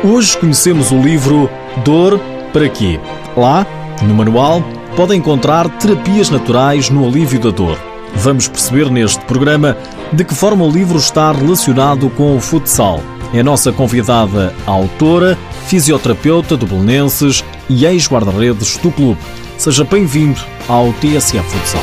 Hoje conhecemos o livro Dor para quê? Lá, no manual, pode encontrar terapias naturais no alívio da dor. Vamos perceber neste programa de que forma o livro está relacionado com o futsal. É a nossa convidada a autora, fisioterapeuta do Belenenses e ex-guarda-redes do clube. Seja bem-vindo ao TSF Futsal.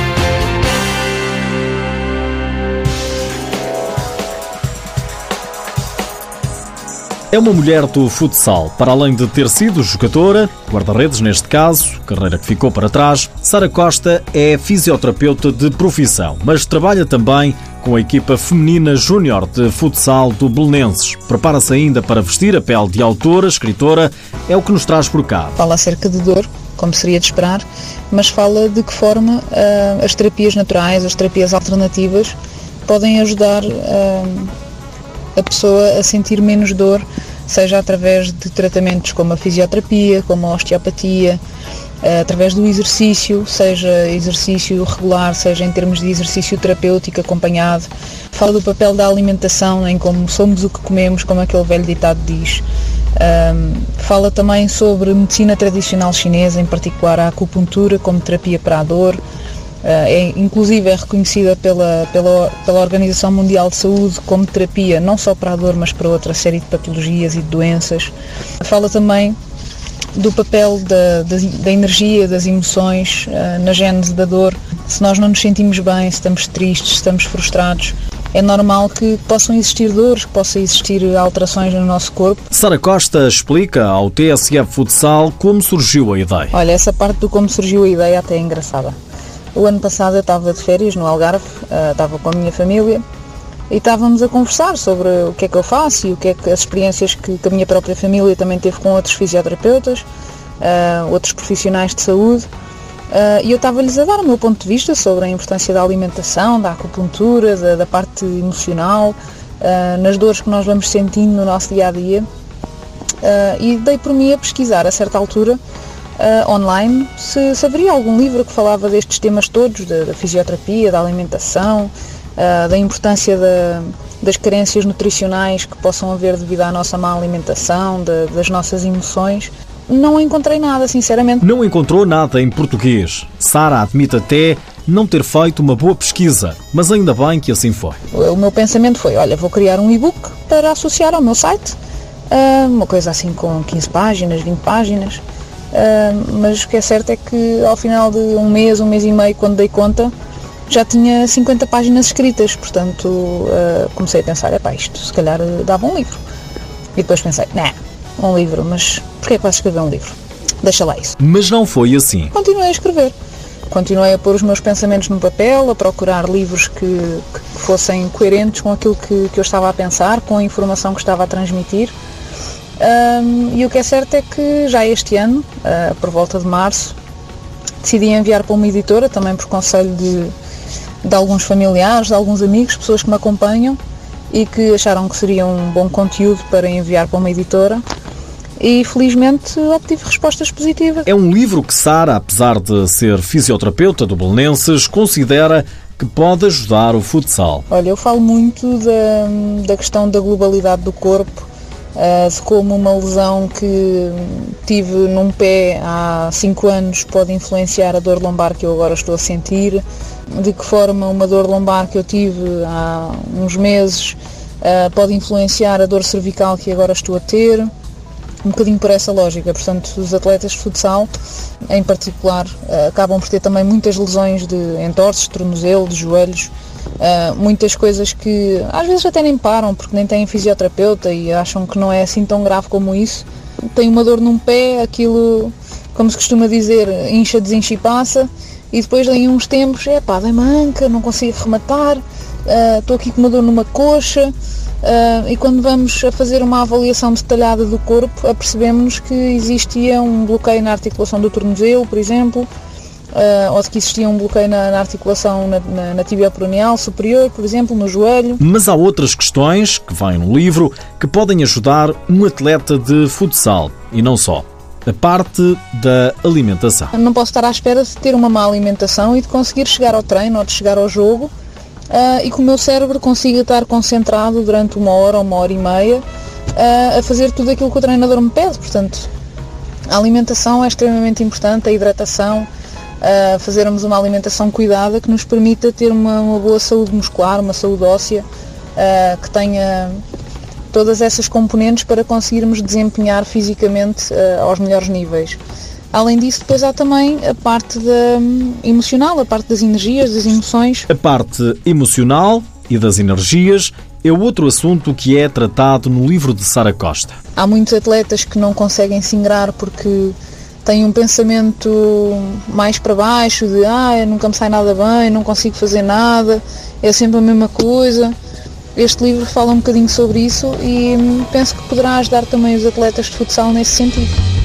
É uma mulher do futsal. Para além de ter sido jogadora, guarda-redes neste caso, carreira que ficou para trás, Sara Costa é fisioterapeuta de profissão, mas trabalha também com a equipa feminina júnior de futsal do Belenenses. Prepara-se ainda para vestir a pele de autora, escritora, é o que nos traz por cá. Fala acerca de dor, como seria de esperar, mas fala de que forma as terapias naturais, as terapias alternativas podem ajudar a pessoa a sentir menos dor, seja através de tratamentos como a fisioterapia, como a osteopatia, através do exercício, seja exercício regular, seja em termos de exercício terapêutico acompanhado. Fala do papel da alimentação, em como somos o que comemos, como aquele velho ditado diz. Fala também sobre medicina tradicional chinesa, em particular a acupuntura como terapia para a dor. Inclusive é reconhecida pela Organização Mundial de Saúde como terapia não só para a dor, mas para outra série de patologias e de doenças. Fala também do papel da energia, das emoções na gênese da dor. Se nós não nos sentimos bem, se estamos tristes, se estamos frustrados, é normal que possam existir dores, que possam existir alterações no nosso corpo. Sara Costa explica ao TSF Futsal como surgiu a ideia. Olha, essa parte do como surgiu a ideia até é engraçada. O ano passado eu estava de férias no Algarve, estava com a minha família e estávamos a conversar sobre o que é que eu faço e o que é que as experiências que a minha própria família também teve com outros fisioterapeutas, outros profissionais de saúde, e eu estava-lhes a dar o meu ponto de vista sobre a importância da alimentação, da acupuntura, da parte emocional, nas dores que nós vamos sentindo no nosso dia-a-dia, e dei por mim a pesquisar a certa altura online se haveria algum livro que falava destes temas todos, da fisioterapia, da alimentação, da importância das carências nutricionais que possam haver devido à nossa má alimentação, das nossas emoções. Não encontrei nada, sinceramente. Não encontrou nada em português. Sara admite até não ter feito uma boa pesquisa, mas ainda bem que assim foi. O meu pensamento foi, olha, vou criar um e-book para associar ao meu site, uma coisa assim com 15 páginas, 20 páginas, mas o que é certo é que ao final de um mês e meio, quando dei conta, já tinha 50 páginas escritas, portanto comecei a pensar, isto se calhar dava um livro. E depois pensei, um livro, mas porquê é que vais escrever um livro? Deixa lá isso. Mas não foi assim. Continuei a escrever, continuei a pôr os meus pensamentos no papel, a procurar livros que fossem coerentes com aquilo que eu estava a pensar, com a informação que estava a transmitir. E o que é certo é que já este ano, por volta de março, decidi enviar para uma editora, também por conselho de alguns familiares, de alguns amigos, pessoas que me acompanham e que acharam que seria um bom conteúdo para enviar para uma editora, e felizmente obtive respostas positivas. É um livro que Sara, apesar de ser fisioterapeuta do Belenenses, considera que pode ajudar o futsal. Olha, eu falo muito da questão da globalidade do corpo, de como uma lesão que tive num pé há 5 anos pode influenciar a dor lombar que eu agora estou a sentir, de que forma uma dor lombar que eu tive há uns meses pode influenciar a dor cervical que agora estou a ter, um bocadinho por essa lógica. Portanto, os atletas de futsal, em particular, acabam por ter também muitas lesões de entorses, de tornozelo, de joelhos, muitas coisas que às vezes até nem param porque nem têm fisioterapeuta e acham que não é assim tão grave como isso. Tem uma dor num pé, aquilo, como se costuma dizer, incha, desincha e passa, e depois daí uns tempos, dei-me anca, não consigo rematar, estou aqui com uma dor numa coxa, e quando vamos a fazer uma avaliação detalhada do corpo, apercebemos que existia um bloqueio na articulação do tornozelo, por exemplo, ou de que existia um bloqueio na articulação na tíbia peroneal superior, por exemplo, no joelho. Mas há outras questões que vêm no livro que podem ajudar um atleta de futsal, e não só. A parte da alimentação. Não posso estar à espera de ter uma má alimentação e de conseguir chegar ao treino ou de chegar ao jogo e que o meu cérebro consiga estar concentrado durante 1 hora ou 1 hora e meia a fazer tudo aquilo que o treinador me pede. Portanto, a alimentação é extremamente importante, a hidratação, fazermos uma alimentação cuidada que nos permita ter uma boa saúde muscular, uma saúde óssea, que tenha todas essas componentes para conseguirmos desempenhar fisicamente aos melhores níveis. Além disso, depois há também a parte emocional, a parte das energias, das emoções. A parte emocional e das energias é outro assunto que é tratado no livro de Sara Costa. Há muitos atletas que não conseguem se ingrar porque têm um pensamento mais para baixo de nunca me sai nada bem, não consigo fazer nada, é sempre a mesma coisa. Este livro fala um bocadinho sobre isso e penso que poderá ajudar também os atletas de futsal nesse sentido.